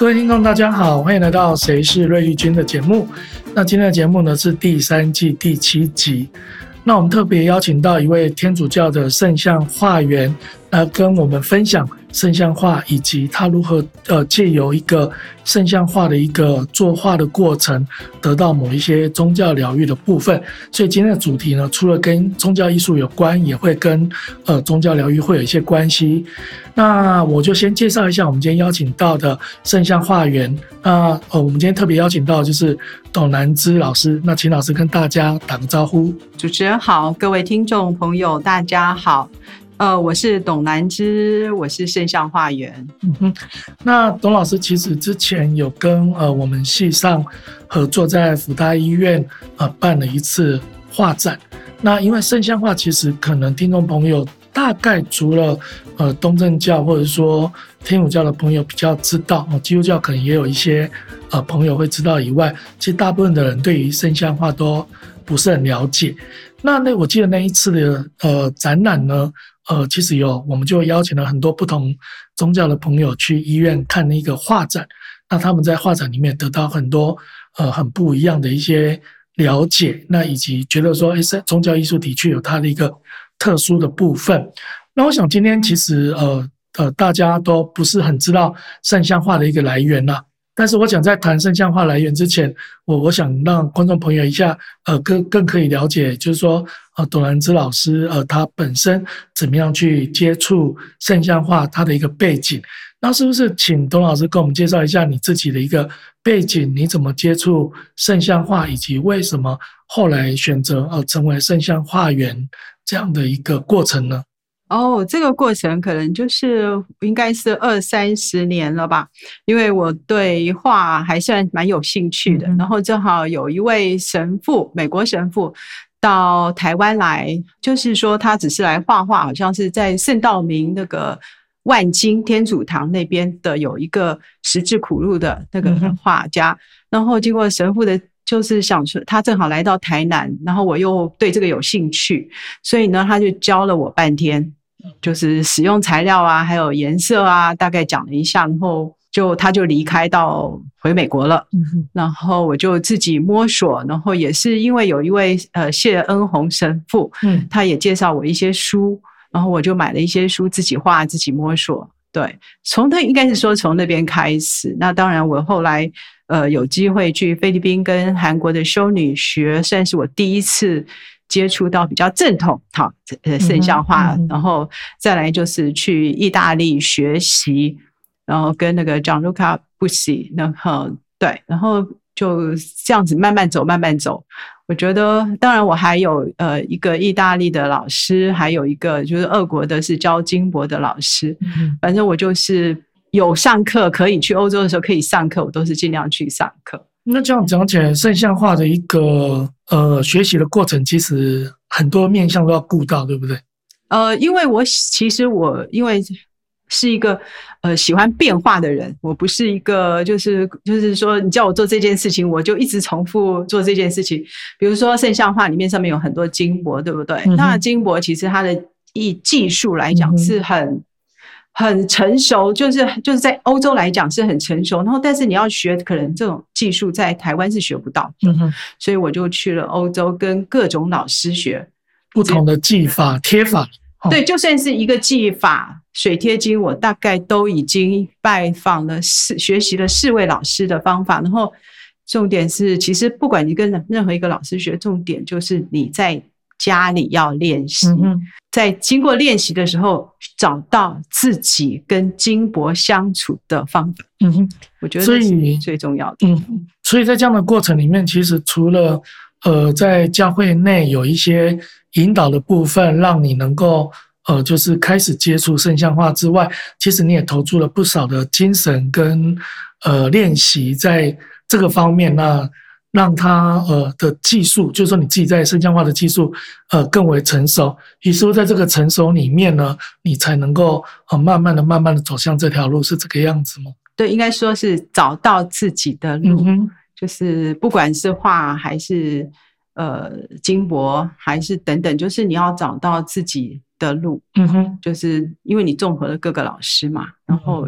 各位听众大家好，欢迎来到谁是瑞丽君的节目。那今天的节目呢是第3季第7集。那我们特别邀请到一位天主教的圣像画员，跟我们分享圣像画以及他如何借由一个圣像画的一个作画的过程，得到某一些宗教疗愈的部分。所以今天的主题呢，除了跟宗教艺术有关，也会跟宗教疗愈会有一些关系。那我就先介绍一下我们今天邀请到的圣像画员。我们今天特别邀请到的就是董南芝老师。那请老师跟大家打个招呼。 主持人好，各位听众朋友大家好。我是董南芝，我是圣像画员。 那董老师其实之前有跟我们系上合作，在辅大医院办了一次画展。那因为圣像画其实可能听众朋友大概除了东正教或者说天主教的朋友比较知道，基督教可能也有一些朋友会知道以外，其实大部分的人对于圣像画都不是很了解。那我记得那一次的展览呢，其实我们就邀请了很多不同宗教的朋友去医院看那个画展。那他们在画展里面得到很多很不一样的一些了解，那以及觉得说宗教艺术的确有它的一个特殊的部分。那我想今天其实大家都不是很知道圣像画的一个来源啦。但是我想在谈圣像画来源之前，我想让观众朋友一下更可以了解，就是说董南芝老师他本身怎么样去接触圣像画他的一个背景。那是不是请董老师跟我们介绍一下你自己的一个背景，你怎么接触圣像画，以及为什么后来选择成为圣像画员这样的一个过程呢？ 这个过程可能就是应该是20-30年了吧，因为我对画还算蛮有兴趣的。然后正好有一位神父，美国神父到台湾来，就是说他只是来画画，好像是在圣道明那个万金天主堂那边的有一个十字苦路的那个画家。然后经过神父的就是想说他正好来到台南，然后我又对这个有兴趣，所以呢他就教了我半天，就是使用材料啊还有颜色啊大概讲了一下，然后他就离开到回美国了。然后我就自己摸索，然后也是因为有一位谢恩宏神父，他也介绍我一些书，然后我就买了一些书自己画自己摸索。对，应该是说从那边开始。那当然我后来有机会去菲律宾跟韩国的修女学，算是我第一次接触到比较正统圣像画。然后再来就是去意大利学习，然后跟那个 Gianluca Bussi， 然后对，然后就这样子慢慢走。我觉得当然我还有一个意大利的老师，还有一个就是俄国的是教金箔的老师。反正我就是有上课，可以去欧洲的时候可以上课，我都是尽量去上课。 那这样讲起来，圣像画的一个学习的过程，其实很多面向都要顾到，对不对？ 因为因为是一个喜欢变化的人，我不是一个就是说你叫我做这件事情我就一直重复做这件事情。比如说圣像画里面上面有很多金箔，对不对？那金箔其实它的技术来讲是很成熟，就是在欧洲来讲是很成熟，然后但是你要学可能这种技术在台湾是学不到的。所以我就去了欧洲跟各种老师学不同的技法贴法。 对，就算是一个技法水贴金，我大概都已经拜访了学习了4位老师的方法。然后重点是其实不管你跟任何一个老师学，重点就是你在家里要练习，在经过练习的时候找到自己跟金箔相处的方法。我觉得这是最重要的。 所以在这样的过程里面，其实除了在教会内有一些引导的部分，让你能够就是开始接触圣像画之外，其实你也投注了不少的精神跟练习在这个方面。那让他的技术，就是说你自己在圣像画的技术更为成熟，于是在这个成熟里面呢，你才能够慢慢的走向这条路，是这个样子吗？ 对，应该说是找到自己的路。就是不管是画还是金箔还是等等，就是你要找到自己的路。就是因为你综合了各个老师嘛，然后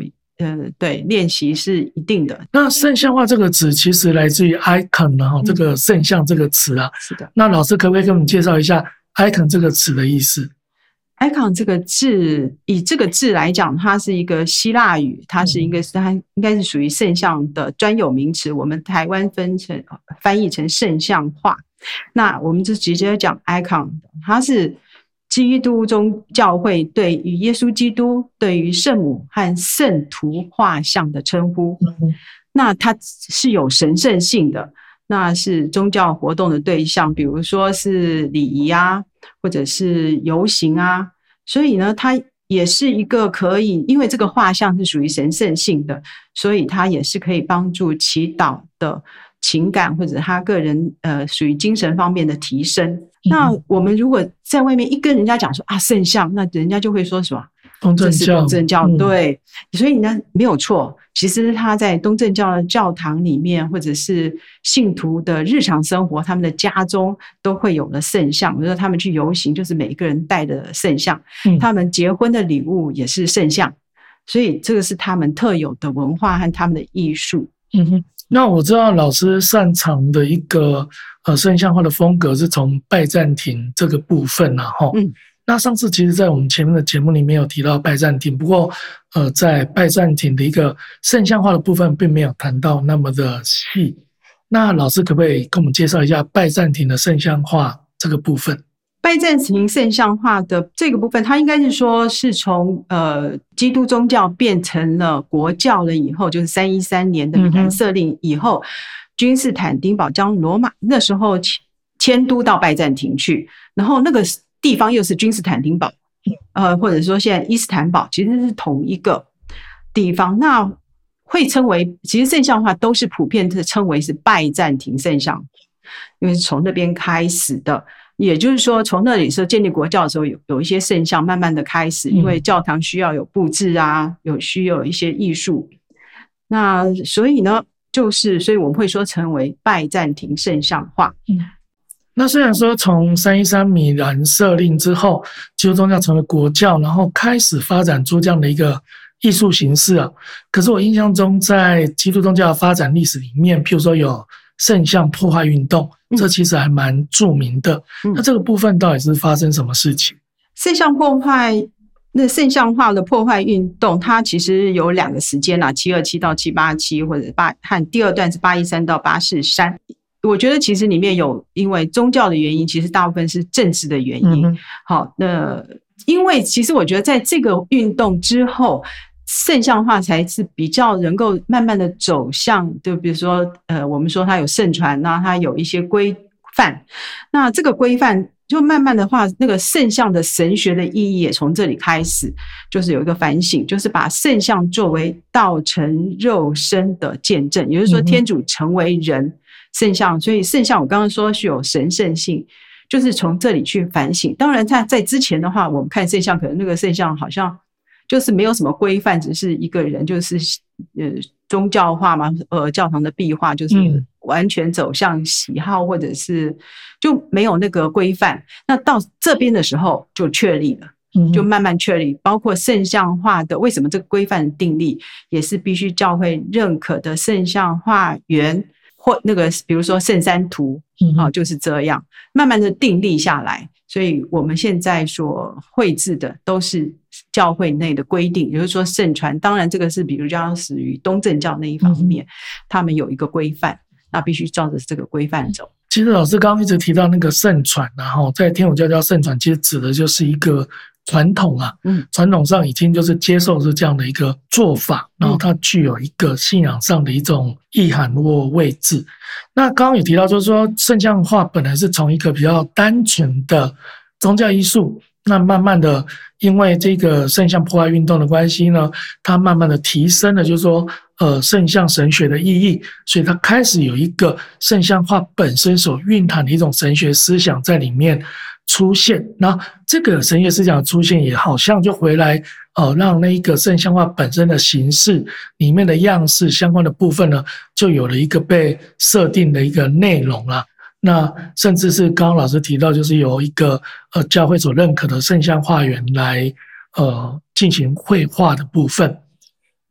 对，练习是一定的。 那圣像化这个词其实来自于 icon 啊，这个圣像这个词啊。 是的。 那老师可不可以给我们介绍一下 icon 这个词的意思 ？icon 这个字，以这个字来讲，它是一个希腊语，它应该是属于圣像的专有名词。我们台湾翻译成圣像化。那我们就直接讲 icon， 它是基督宗教会对于耶稣基督、对于圣母和圣徒画像的称呼。那它是有神圣性的，那是宗教活动的对象，比如说是礼仪啊，或者是游行啊。所以呢，它也是一个可以，因为这个画像是属于神圣性的，所以它也是可以帮助祈祷的情感，或者他个人属于精神方面的提升。那我们如果在外面一跟人家讲说啊圣像，那人家就会说什么东正教， 东正教，对，所以呢没有错。其实他在东正教的教堂里面，或者是信徒的日常生活，他们的家中都会有了圣像。比如说他们去游行，就是每一个人带的圣像，他们结婚的礼物也是圣像，所以这个是他们特有的文化和他们的艺术。 那我知道老师擅长的一个圣像化的风格是从拜占庭这个部分啊，那上次其实在我们前面的节目里面有提到拜占庭，不过在拜占庭的一个圣像化的部分并没有谈到那么的细。那老师可不可以跟我们介绍一下拜占庭的圣像化这个部分？ 拜占庭圣像化的这个部分，它应该是说是从基督宗教变成了国教了以后，就是313年的米兰瑟令以后，君士坦丁堡将罗马那时候迁都到拜占庭去，然后那个地方又是君士坦丁堡，或者说现在伊斯坦堡其实是同一个地方。那会称为，其实圣像化都是普遍的称为是拜占庭圣像，因为是从那边开始的。也就是说，从那里是建立国教的时候，有一些圣像慢慢的开始，因为教堂需要有布置啊，需要有一些艺术。那所以呢，所以我们会说成为拜占庭圣像化。 那虽然说从313米兰瑟令之后，基督宗教成为国教，然后开始发展出这样的一个艺术形式啊，可是我印象中在基督宗教的发展历史里面，譬如说有圣像破坏运动，这其实还蛮著名的。那这个部分到底是发生什么事情？ 圣像化的破坏运动，它其实有2个时间啦，727到787，或者和第二段是813到843。我觉得其实里面有因为宗教的原因，其实大部分是政治的原因。好，那因为其实我觉得在这个运动之后，圣像化才是比较能够慢慢的走向，就比如说我们说它有圣传啊，它有一些规范，那这个规范就慢慢的话，那个圣像的神学的意义也从这里开始，就是有一个反省，就是把圣像作为道成肉身的见证，也就是说天主成为人，圣像，所以圣像我刚刚说是有神圣性，就是从这里去反省。当然在之前的话，我们看圣像，可能那个圣像好像就是没有什么规范，只是一个人，就是宗教化嘛，教堂的壁画就是完全走向喜好，或者是就没有那个规范。那到这边的时候就确立了，就慢慢确立，包括圣像化的为什么这个规范订立，也是必须教会认可的圣像化园或那个比如说圣三图，就是这样慢慢的订立下来。所以我们现在所绘制的都是教会内的规定，也就是说圣传，当然这个是比如讲属于东正教那一方面，他们有一个规范，那必须照着这个规范走。 其实老师刚刚一直提到那个圣传，然后在天主教叫圣传，其实指的就是一个传统啊，传统上已经就是接受是这样的一个做法，然后它具有一个信仰上的一种意涵或位置。那刚刚有提到就是说圣像化本来是从一个比较单纯的宗教艺术，那慢慢的因为这个圣像破坏运动的关系呢，它慢慢的提升了就是说圣像神学的意义，所以它开始有一个圣像化本身所蕴含的一种神学思想在里面出现。那这个神学思想的出现也好像就回来让那一个圣像化本身的形式里面的样式相关的部分呢，就有了一个被设定的一个内容啦。那甚至是刚刚老师提到，就是有一个教会所认可的圣像化园来进行绘画的部分。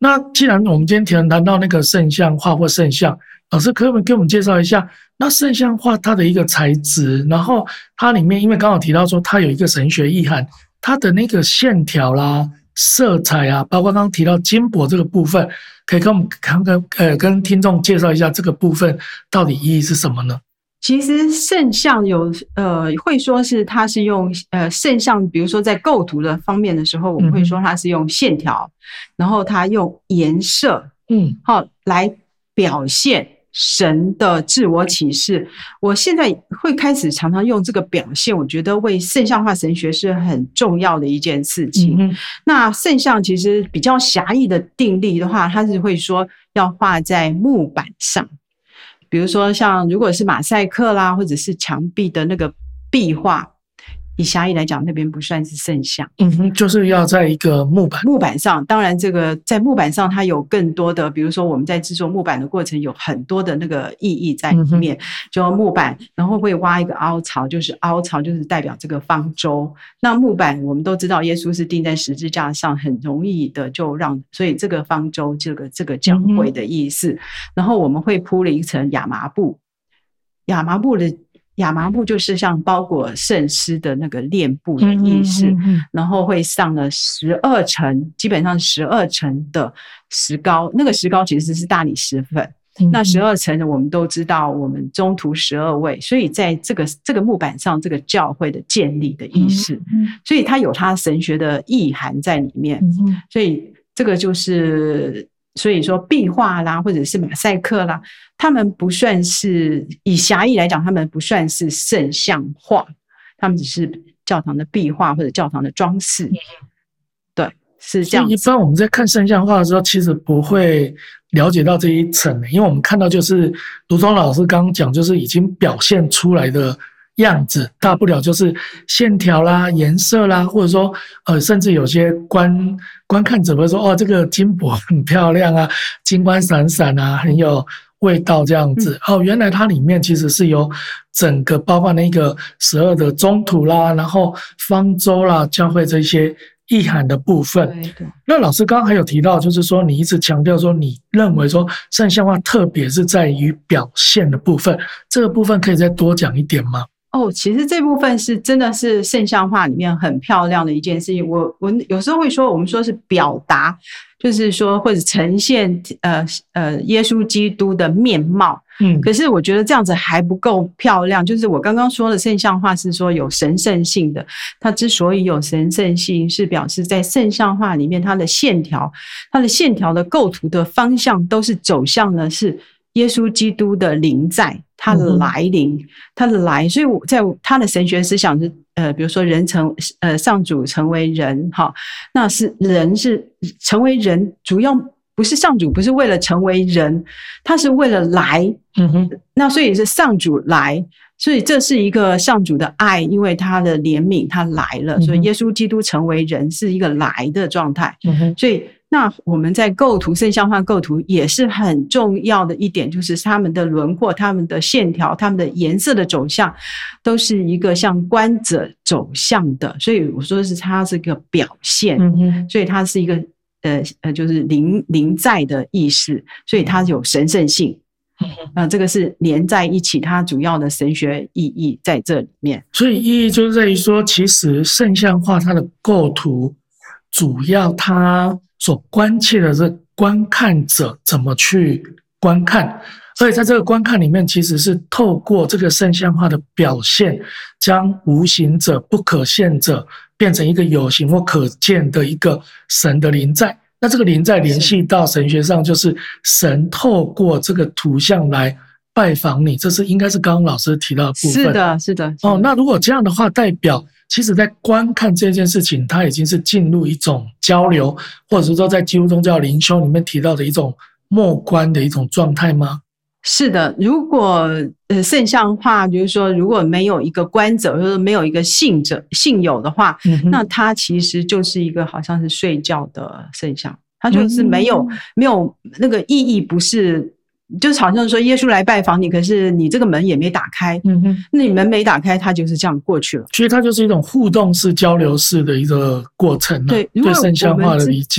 那既然我们今天谈到那个圣像画或圣像，老师可不可以给我们介绍一下，那圣像画它的一个材质，然后它里面因为刚好提到说它有一个神学意涵，它的那个线条啦、色彩啊，包括刚刚提到金箔这个部分，可以跟我们跟听众介绍一下这个部分到底意义是什么呢？ 其实圣像有会说是它是用圣像，比如说在构图的方面的时候，我们会说它是用线条，然后它用颜色，好来表现神的自我启示。我现在会开始常常用这个表现，我觉得为圣像化神学是很重要的一件事情。那圣像其实比较狭义的定义的话，它是会说要画在木板上。比如说像如果是马赛克啦，或者是墙壁的那个壁画，以狭义来讲，那边不算是圣像。 就是要在一个木板上。当然这个在木板上它有更多的，比如说我们在制作木板的过程有很多的那个意义在里面。就木板然后会挖一个凹槽，就是凹槽就是代表这个方舟。那木板我们都知道耶稣是钉在十字架上，很容易的就让，所以这个方舟这个教会的意思。然后我们会铺了一层亚麻布，亚麻布就是像包裹圣诗的那个链布的意思。然后会上了12层，基本上12层的石膏，那个石膏其实是大理石粉。那12层我们都知道，我们中途12位，所以在这个木板上，这个教会的建立的意思，所以它有它神学的意涵在里面。所以这个就是所以说壁画啦，或者是马赛克啦，他们不算是，以狭义来讲，他们不算是圣像画，他们只是教堂的壁画或者教堂的装饰。对，是这样子。 所以一般我们在看圣像画的时候，其实不会了解到这一层，因为我们看到就是卢宗老师刚刚讲，就是已经表现出来的样子，大不了就是线条啦、颜色啦，或者说甚至有些观看者会说，哦，这个金箔很漂亮啊，金光闪闪啊，很有味道这样子。原来它里面其实是有整个包括那个12的宗徒啦，然后方舟啦、教会这些意涵的部分。 对。 那老师刚刚还有提到，就是说你一直强调说，你认为说圣像画特别是在于表现的部分，这个部分可以再多讲一点吗？ 其实这部分是真的是圣像画里面很漂亮的一件事情。我有时候会说，我们说是表达，就是说或者呈现耶稣基督的面貌。可是我觉得这样子还不够漂亮。就是我刚刚说的圣像画是说有神圣性的，它之所以有神圣性，是表示在圣像画里面它的线条的构图的方向都是走向的是耶稣基督的临在，他的来临，他的来，所以在他的神学思想是比如说上主成为人，那是人是成为人，主要不是上主不是为了成为人，他是为了来。那所以是上主来，所以这是一个上主的爱，因为他的怜悯他来了，所以耶稣基督成为人是一个来的状态。所以那我们在构图圣像画构图也是很重要的一点，就是他们的轮廓、他们的线条、他们的颜色的走向都是一个向观者走向的，所以我说是它是一个表现。所以它是一个就是临在的意思，所以它有神圣性。这个是连在一起，它主要的神学意义在这里面。 所以意义就是在于说，其实圣像画它的构图主要它所关切的是观看者怎么去观看，所以在这个观看里面，其实是透过这个圣像画的表现，将无形者、不可见者变成一个有形或可见的一个神的临在。那这个临在联系到神学上，就是神透过这个图像来拜访你，这是应该是刚刚老师提到的部分。 是的。 那如果这样的话，代表其实在观看这件事情，它已经是进入一种交流，或者是说在基督宗教灵修里面提到的一种默观的一种状态吗？ 是的，如果圣像画，比如说如果没有一个观者，或者没有一个信友的话，那它其实就是一个好像是睡觉的圣像，它就是没有那个意义，不是就是好像说耶稣来拜访你，可是你这个门也没打开，那你门没打开，它就是这样过去了。 其实它就是一种互动式、交流式的一个过程，对圣像画的理解。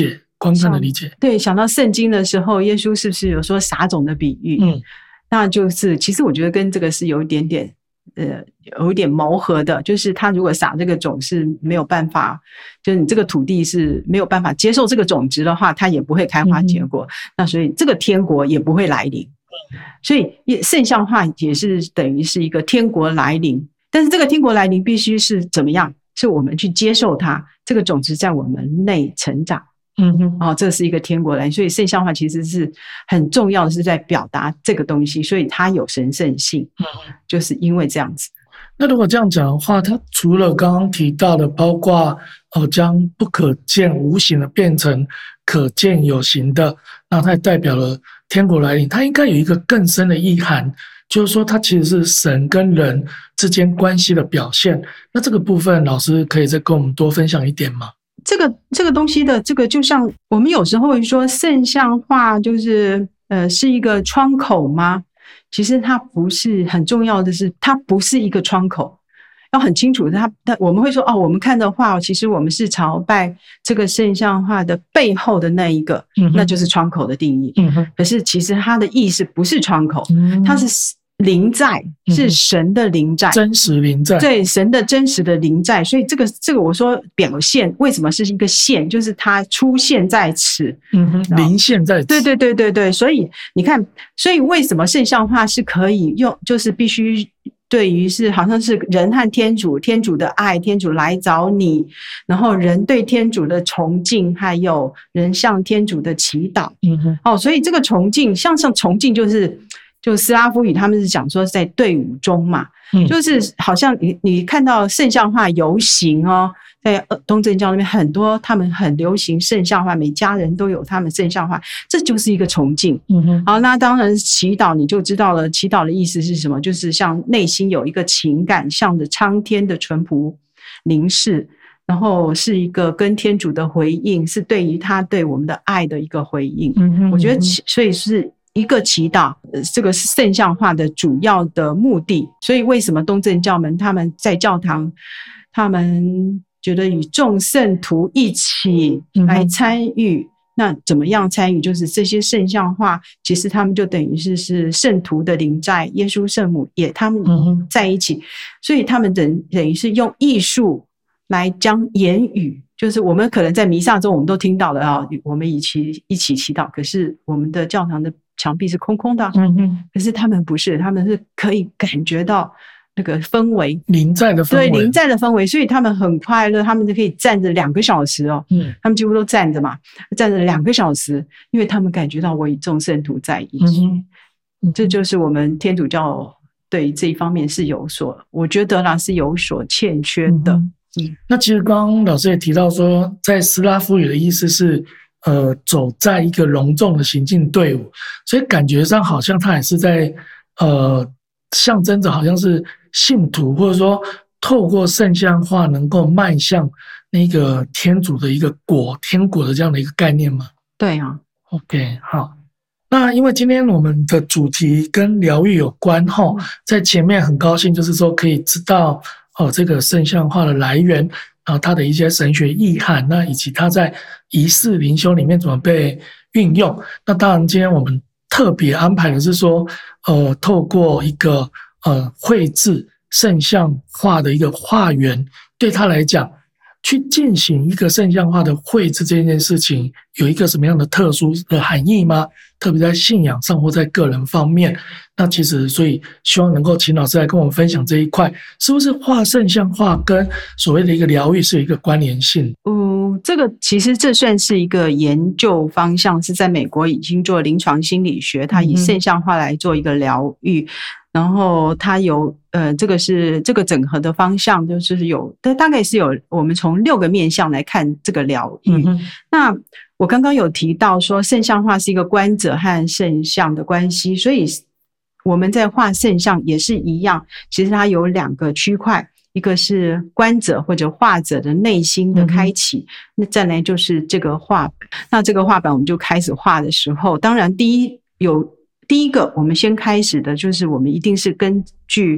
观看的理解。 对，想到圣经的时候，耶稣是不是有说撒种的比喻？那就是其实我觉得跟这个是有一点点有一点谋合的，就是他如果撒这个种是没有办法，就是你这个土地是没有办法接受这个种子的话，它也不会开花结果，那所以这个天国也不会来临。所以圣像化也是等于是一个天国来临，但是这个天国来临必须是怎么样？是我们去接受它，这个种子在我们内成长。这是一个天国来临，所以圣像化其实是很重要的，是在表达这个东西，所以它有神圣性。就是因为这样子。 那如果这样讲的话，它除了刚刚提到的，包括将不可见无形的变成可见有形的，那它也代表了天国来临。它应该有一个更深的意涵，就是说它其实是神跟人之间关系的表现。那这个部分老师可以再跟我们多分享一点吗？ 这个东西的这个，就像我们有时候会说圣像化就是是一个窗口吗？其实它不是，很重要的是它不是一个窗口，要很清楚。我们会说我们看的话，其实我们是朝拜这个圣像化的背后的那一个，那就是窗口的定义。可是其实它的意思不是窗口，它是临在，是神的临在， 真实临在， 对，神的真实的临在。所以这个我说表现为什么是一个现，就是它出现在此， 临现在此。 对，所以你看，所以为什么圣像化是可以用，就是必须对于是好像是人和天主的爱，天主来找你，然后人对天主的崇敬，还有人向天主的祈祷。所以这个崇敬，像崇敬就斯拉夫语他们是讲说在队伍中嘛，就是好像你看到圣像化游行在东正教那边很多，他们很流行圣像化，每家人都有他们圣像化，这就是一个崇敬。好，那当然祈祷你就知道了，祈祷的意思是什么？就是像内心有一个情感，向着苍天的淳朴凝视，然后是一个跟天主的回应，是对于他对我们的爱的一个回应。我觉得所以是一个祈祷，这个是圣像化的主要的目的。所以为什么东正教们他们在教堂，他们觉得与众圣徒一起来参与，那怎么样参与？就是这些圣像化，其实他们就等于是圣徒的临在，耶稣圣母也他们在一起，所以他们等于是用艺术来将言语，就是我们可能在弥撒中我们都听到了我们一起祈祷，可是我们的教堂的墙壁是空空的，可是他们不是，他们是可以感觉到那个氛围，临在的氛围，对，临在的氛围，所以他们很快乐，他们就可以站着2个小时他们几乎都站着嘛，站着2个小时，因为他们感觉到我与众圣徒在一起。这就是我们天主教对这一方面是我觉得啦是有所欠缺的。 那其实刚刚老师也提到说，在斯拉夫语的意思是走在一个隆重的行进队伍，所以感觉上好像他也是在象征着好像是信徒，或者说透过圣像化能够迈向那个天主的一个天国的这样的一个概念吗？ 对啊。 OK， 好。那因为今天我们的主题跟疗愈有关在前面很高兴就是说可以知道这个圣像化的来源，然后它的一些神学意涵，那以及它在仪式灵修里面怎么被运用。那当然今天我们特别安排的是说透过一个绘制圣像化的一个画员，对他来讲去进行一个圣像化的绘制这件事情有一个什么样的特殊的含义吗？特别在信仰上或在个人方面，那其实所以希望能够请老师来跟我们分享这一块，是不是画圣像化跟所谓的一个疗愈是有一个关联性？ 这个其实这算是一个研究方向，是在美国已经做临床心理学，它以圣像化来做一个疗愈，然后它有这个整合的方向，就是大概是有我们从6个面向来看这个疗愈。那我刚刚有提到说圣像化是一个观者和圣像的关系，所以我们在画圣像也是一样，其实它有2个区块，一个是观者或者画者的内心的开启，那再来就是这个画板。那这个画板我们就开始画的时候，当然第一个我们先开始的就是我们一定是根据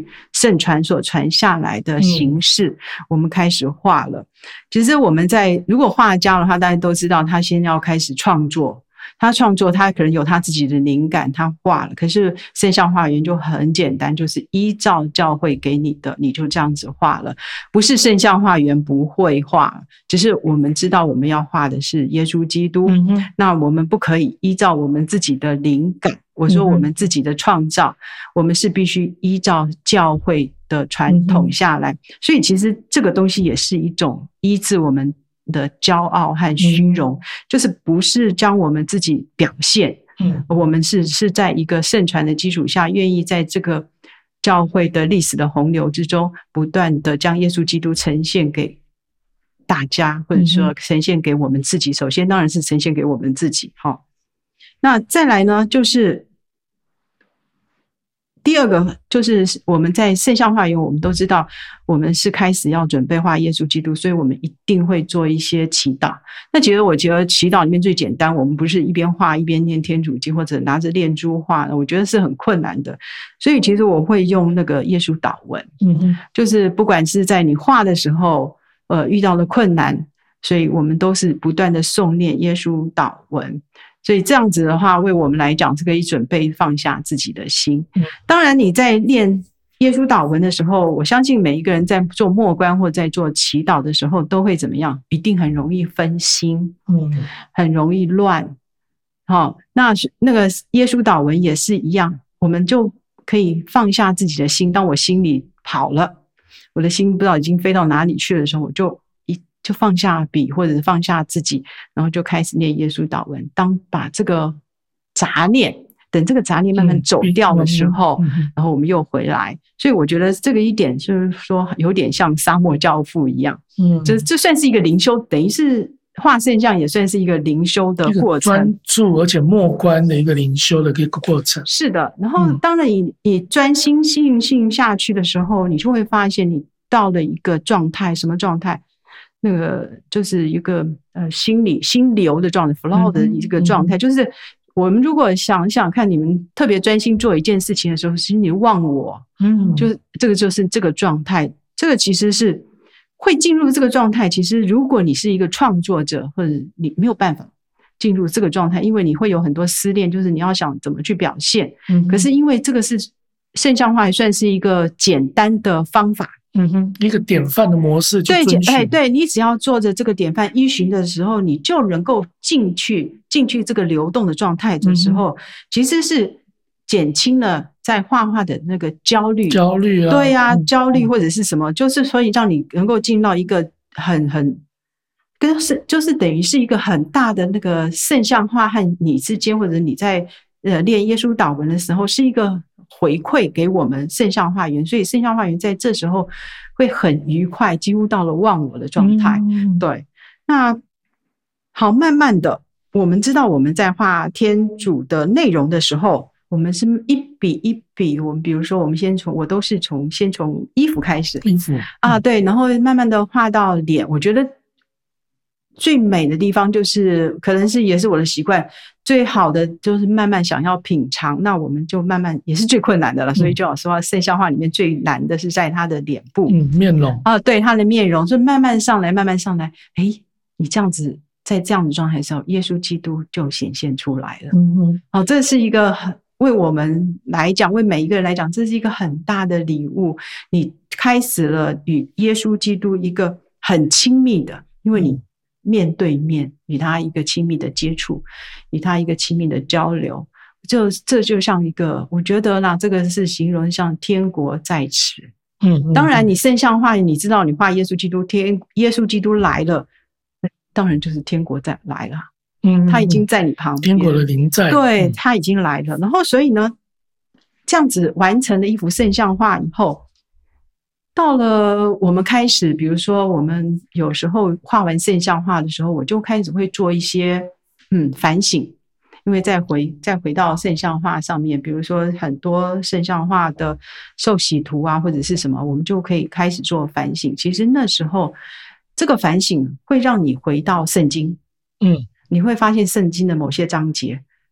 圣传所传下来的形式，我们开始画了。其实我们如果画家的话，大家都知道他先要开始创作，他可能有他自己的灵感，他画了。可是圣像画园就很简单，就是依照教会给你的，你就这样子画了。不是圣像画园不会画，只是我们知道我们要画的是耶稣基督，那我们不可以依照我们自己的灵感，我说我们自己的创造，我们是必须依照教会的传统下来。所以其实这个东西也是一种医治我们的骄傲和虚荣，就是不是将我们自己表现，我们是在一个圣传的基础下，愿意在这个教会的历史的洪流之中，不断的将耶稣基督呈现给大家，或者说呈现给我们自己。首先当然是呈现给我们自己。那再来呢，就是第二个，就是我们在圣像画园，我们都知道我们是开始要准备画耶稣基督，所以我们一定会做一些祈祷。那我觉得祈祷里面最简单，我们不是一边画一边念天主经，或者拿着念珠画，我觉得是很困难的。所以其实我会用那个耶稣祷文，就是不管是在你画的时候遇到了困难，所以我们都是不断的诵念耶稣祷文。所以这样子的话，为我们来讲是可以准备放下自己的心。当然你在念耶稣祷文的时候，我相信每一个人在做默观或在做祈祷的时候都会怎么样，一定很容易分心，很容易乱。那个耶稣祷文也是一样，我们就可以放下自己的心。当我心里跑了，我的心不知道已经飞到哪里去的时候，我就放下笔或者放下自己，然后就开始念耶稣祷文。当把这个杂念，等这个杂念慢慢走掉的时候，然后我们又回来。所以我觉得这个一点就是说有点像沙漠教父一样，这算是一个灵修，等于是画圣像也算是一个灵修的过程， 专注而且默观的一个灵修的一个过程。 是的，然后当然你专心性下去的时候，你就会发现你到了一个状态，什么状态？那个就是一个心流的状态 flow 的一个状态，就是我们如果想想看，你们特别专心做一件事情的时候，心里忘我，就是这个状态。这个其实是会进入这个状态。其实如果你是一个创作者，或者你没有办法进入这个状态，因为你会有很多思念，就是你要想怎么去表现。可是因为这个是圣像画，还算是一个简单的方法。 一个典范的模式去遵循。 对，你只要做着这个典范依循的时候，你就能够进去这个流动的状态的时候，其实是减轻了在画画的那个焦虑啊，对啊，焦虑或者是什么，就是所以让你能够进到一个就是等于是一个很大的那个圣像画和你之间，或者你在练耶稣祷文的时候，是一个回馈给我们圣像画园，所以圣像画园在这时候会很愉快，几乎到了忘我的状态。对，那好，慢慢的，我们知道我们在画天主的内容的时候，我们是一笔一笔，我们比如说我们我都是先从衣服开始，对，然后慢慢的画到脸。我觉得最美的地方就是可能是也是我的习惯，最好的就是慢慢想要品尝，那我们就慢慢也是最困难的了。所以就好说圣像画里面最难的是在他的脸部， 面容对，他的面容，所以慢慢上来你这样子在这样的状态的时候，耶稣基督就显现出来了。这是一个为我们来讲，为每一个人来讲，这是一个很大的礼物。你开始了与耶稣基督一个很亲密的，因为你面对面与他一个亲密的接触，与他一个亲密的交流，这就像一个，我觉得啦，这个是形容像天国在此。当然你圣像画，你知道你画耶稣基督，耶稣基督来了，当然就是天国来了。他已经在你旁边， 天国的灵在， 对，他已经来了。然后所以呢，这样子完成了一幅圣像画以后，到了我们开始，比如说我们有时候画完圣像画的时候，我就开始会做一些反省，因为再回到圣像画上面，比如说很多圣像画的受洗图啊或者是什么，我们就可以开始做反省。其实那时候这个反省会让你回到圣经，你会发现圣经的某些章节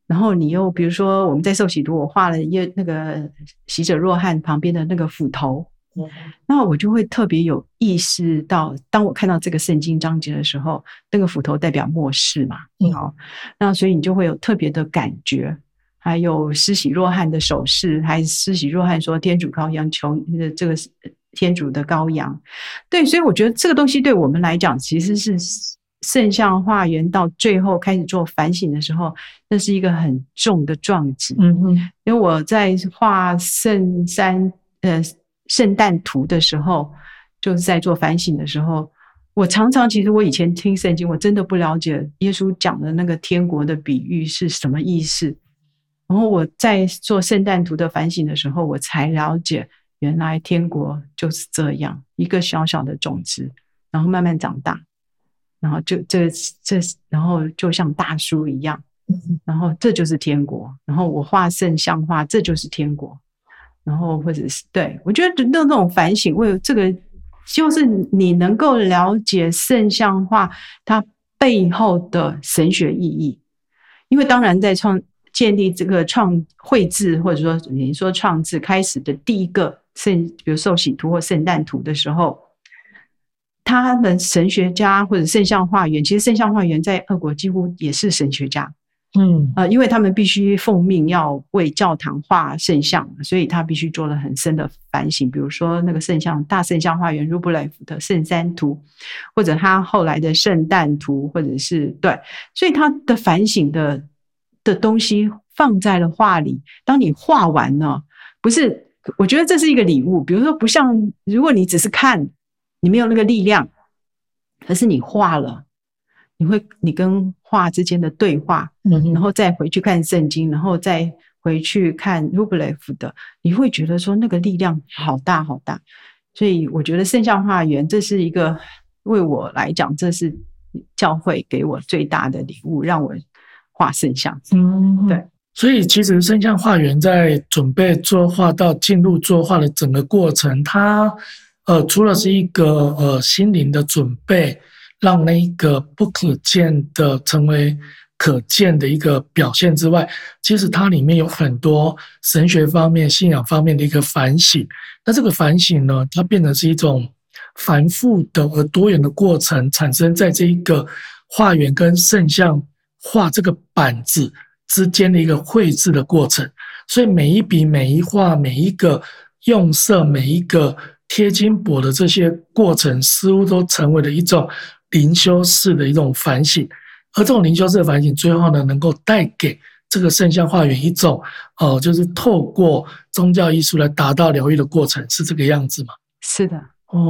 然后你又比如说我们在受洗图，我画了那个洗者若翰旁边的那个斧头，那我就会特别有意识到，当我看到这个圣经章节的时候，那个斧头代表末世嘛，好，那所以你就会有特别的感觉。还有施洗若翰的手势，还施洗若翰说天主羔羊，求这个天主的羔羊。对，所以我觉得这个东西对我们来讲，其实是圣像化缘到最后开始做反省的时候，那是一个很重的撞击。因为我在画圣诞图的时候，就是在做反省的时候，我常常其实我以前听圣经，我真的不了解耶稣讲的那个天国的比喻是什么意思。然后我在做圣诞图的反省的时候，我才了解原来天国就是这样一个小小的种子，然后慢慢长大，然后然后就像大树一样，然后这就是天国。然后我画圣像画，这就是天国。然后或者是对我觉得那种反省，为这个就是你能够了解圣像画它背后的神学意义。因为当然在建立这个绘制，或者说你说创制开始的第一个比如受洗图或圣诞图的时候，他们神学家或者圣像化缘，其实圣像化缘在俄国几乎也是神学家，因为他们必须奉命要为教堂画圣像，所以他必须做了很深的反省。比如说那个大圣像化缘 Rublev 的圣三图，或者他后来的圣诞图，或者是对，所以他的反省的东西放在了画里。当你画完了，不是，我觉得这是一个礼物。比如说不像如果你只是看，你没有那个力量，可是你画了，你跟画之间的对话，然后再回去看圣经，然后再回去看 Rublev 的，你会觉得说那个力量好大好大。所以我觉得圣像化缘这是一个，为我来讲，这是教会给我最大的礼物，让我画圣像。对， 所以其实圣像化缘在准备作画到进入作画的整个过程，它除了是一个心灵的准备，让那一个不可见的成为可见的一个表现之外，其实它里面有很多神学方面、信仰方面的一个反省。那这个反省呢，它变成是一种繁复的而多元的过程，产生在这一个化缘跟圣像画这个板子之间的一个绘制的过程。所以每一笔、每一画、每一个用色、每一个贴金箔的这些过程，似乎都成为了一种灵修式的一种反省。而这种灵修式的反省，最后呢，能够带给这个圣像化缘一种就是透过宗教艺术来达到疗愈的过程，是这个样子吗？ 是的。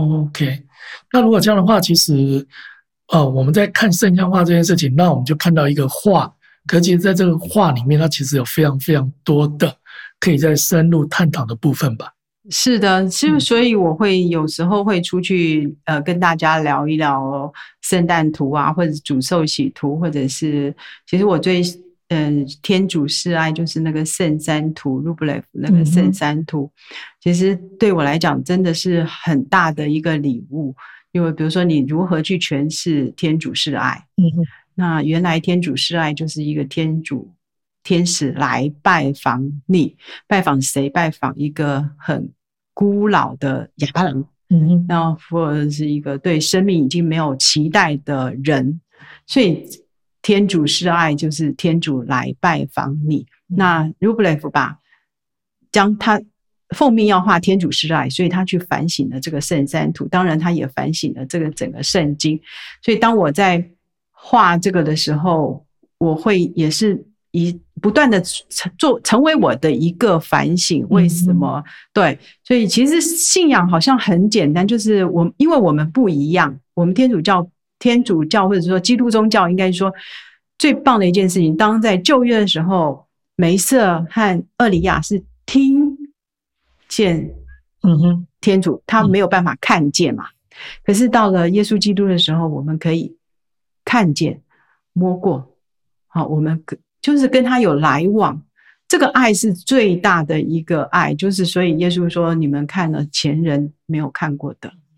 OK， 那如果这样的话，其实我们在看圣像画这件事情，那我们就看到一个画，可其实在这个画里面，它其实有非常非常多的可以再深入探讨的部分吧。 是的，所以我会有时候会出去跟大家聊一聊圣诞图啊，或者主受洗图，或者是其实我最天主示爱就是那个圣三图 Rublev 那个圣三图，其实对我来讲真的是很大的一个礼物。因为比如说你如何去诠释天主示爱，那原来天主示爱就是一个天使来拜访你，拜访谁？拜访一个很孤老的哑巴人，那或者是一个对生命已经没有期待的人。所以天主示爱就是天主来拜访你。那 Rublev 吧，将他奉命要画天主示爱，所以他去反省了这个圣三图，当然他也反省了这个整个圣经。所以当我在画这个的时候，我会也是不断的成为我的一个反省。为什么？对，所以其实信仰好像很简单，就是因为我们不一样，我们天主教或者说基督宗教，应该说最棒的一件事情，当在旧约的时候，梅瑟和厄里亚是听见天主，他没有办法看见嘛。可是到了耶稣基督的时候，我们可以看见、摸过，好，我们就是跟他有来往。这个爱是最大的一个爱，就是所以耶稣说你们看了前人没有看过的。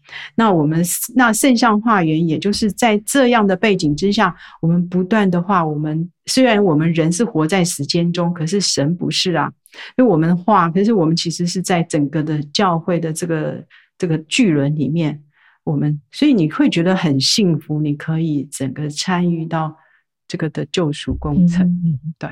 那圣像化缘，也就是在这样的背景之下，我们不断的话，虽然我们人是活在时间中，可是神不是啊，因为我们化，可是我们其实是在整个的教会的这个巨轮里面，所以你会觉得很幸福，你可以整个参与到这个的救赎工程。对。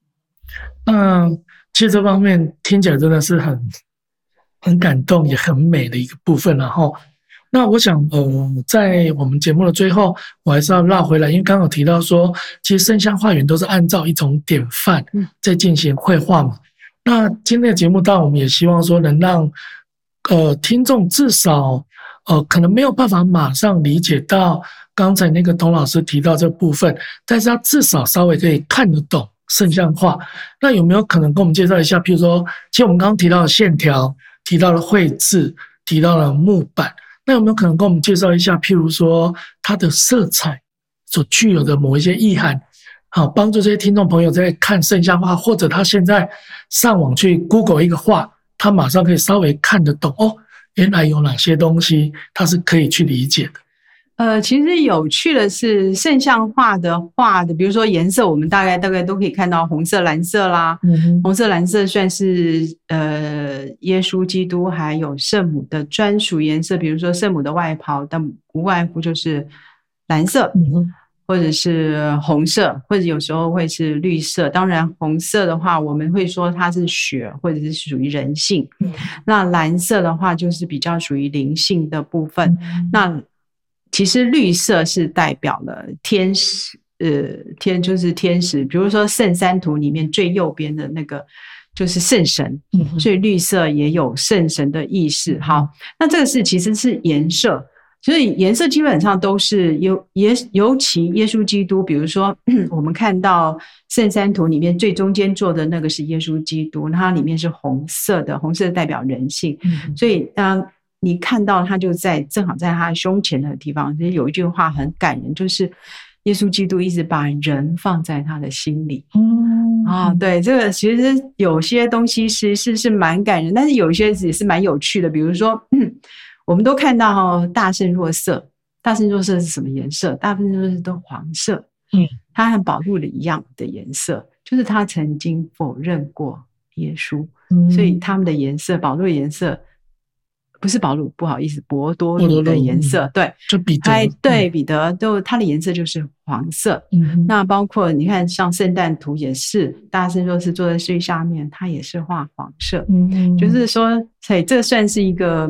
其实这方面听起来真的是很感动，也很美的一个部分。然后，那我想，在我们节目的最后，我还是要绕回来，因为刚刚有提到说，其实圣像化缘都是按照一种典范在进行绘画嘛。那今天的节目，当然我们也希望说，能让听众至少可能没有办法马上理解到刚才那个童老师提到这部分，但是他至少稍微可以看得懂圣像画。那有没有可能跟我们介绍一下，譬如说，其实我们刚刚提到的线条，提到了绘制，提到了木板，那有没有可能跟我们介绍一下，譬如说它的色彩所具有的某一些意涵，好帮助这些听众朋友在看圣像画，或者他现在上网去 Google 一个画，他马上可以稍微看得懂原来有哪些东西他是可以去理解的。 其实有趣的是，圣像画的，比如说颜色，我们大概都可以看到红色、蓝色啦。红色、蓝色算是耶稣基督还有圣母的专属颜色，比如说圣母的外袍，但无外乎就是蓝色，或者是红色，或者有时候会是绿色。当然，红色的话，我们会说它是血，或者是属于人性。那蓝色的话，就是比较属于灵性的部分。那其实绿色是代表了天使，就是天使，比如说圣三图里面最右边的那个就是圣神，所以绿色也有圣神的意识。好，那这个其实是颜色，所以颜色基本上都是尤其耶稣基督，比如说我们看到圣三图里面最中间坐的那个是耶稣基督，它里面是红色的，红色代表人性，所以你看到他就正好在他胸前的地方，其实有一句话很感人，就是耶稣基督一直把人放在他的心里。对，这个其实有些东西是蛮感人，但是有一些也是蛮有趣的。比如说，我们都看到大圣若瑟，大圣若瑟是什么颜色？大部分都是都黄色。它和保禄的一样的颜色，就是他曾经否认过耶稣，所以他们的颜色，保禄的颜色。不是保禄，不好意思，伯多禄的颜色，对， 就彼得， 对，彼得它的颜色就是黄色。那包括你看，像圣诞图也是，大圣若瑟坐在最下面，它也是画黄色。就是说，这算是一个，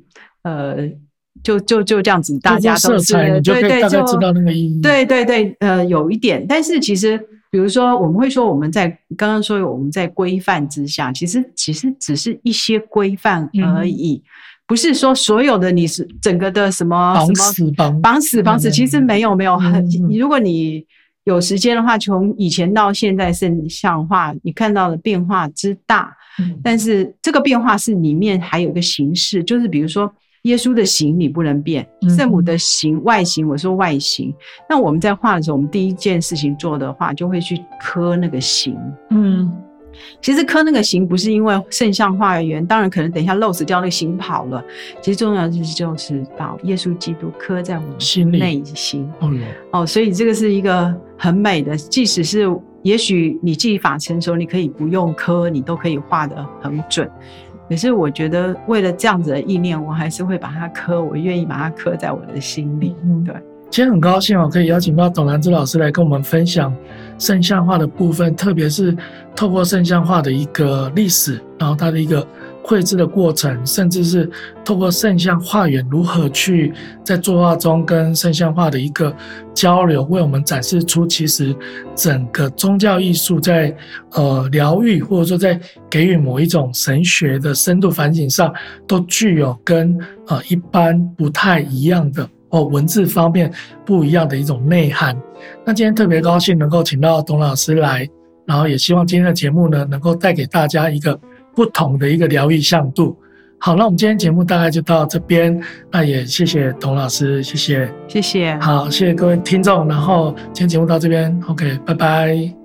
就这样子，大家都是你就可以大概知道那个意义。 对，有一点，但是其实。比如说，我们会说刚刚说我们在规范之下，其实只是一些规范而已，不是说所有的你是整个的什么绑死，其实没有如果你有时间的话，从以前到现在圣像画，你看到的变化之大，但是这个变化是里面还有一个形式，就是比如说。耶稣的形你不能变，圣母的形外形，我说外形。那我们在画的时候，我们第一件事情做的话，就会去刻那个形。其实刻那个形不是因为圣像化缘，当然可能等一下漏死掉那个形跑了。其实重要的就是把耶稣基督刻在我们心内心。所以这个是一个很美的，即使是也许你技法成熟，你可以不用刻，你都可以画得很准。可是我觉得为了这样子的意念，我还是会把它刻，我愿意把它刻在我的心里。对， 今天很高兴可以邀请到董兰芝老师来跟我们分享圣像画的部分，特别是透过圣像画的一个历史，然后它的一个绘制的过程，甚至是透过圣像画缘如何去在作画中跟圣像画的一个交流，为我们展示出其实整个宗教艺术在疗愈或者说在给予某一种神学的深度反省上，都具有跟一般不太一样的文字方面不一样的一种内涵。那今天特别高兴能够请到董老师来，然后也希望今天的节目呢能够带给大家一个不同的一个疗愈向度。好，那我们今天节目大概就到这边，那也谢谢董老师，谢谢。 好， 谢谢各位听众，然后今天节目到这边 OK， 拜拜。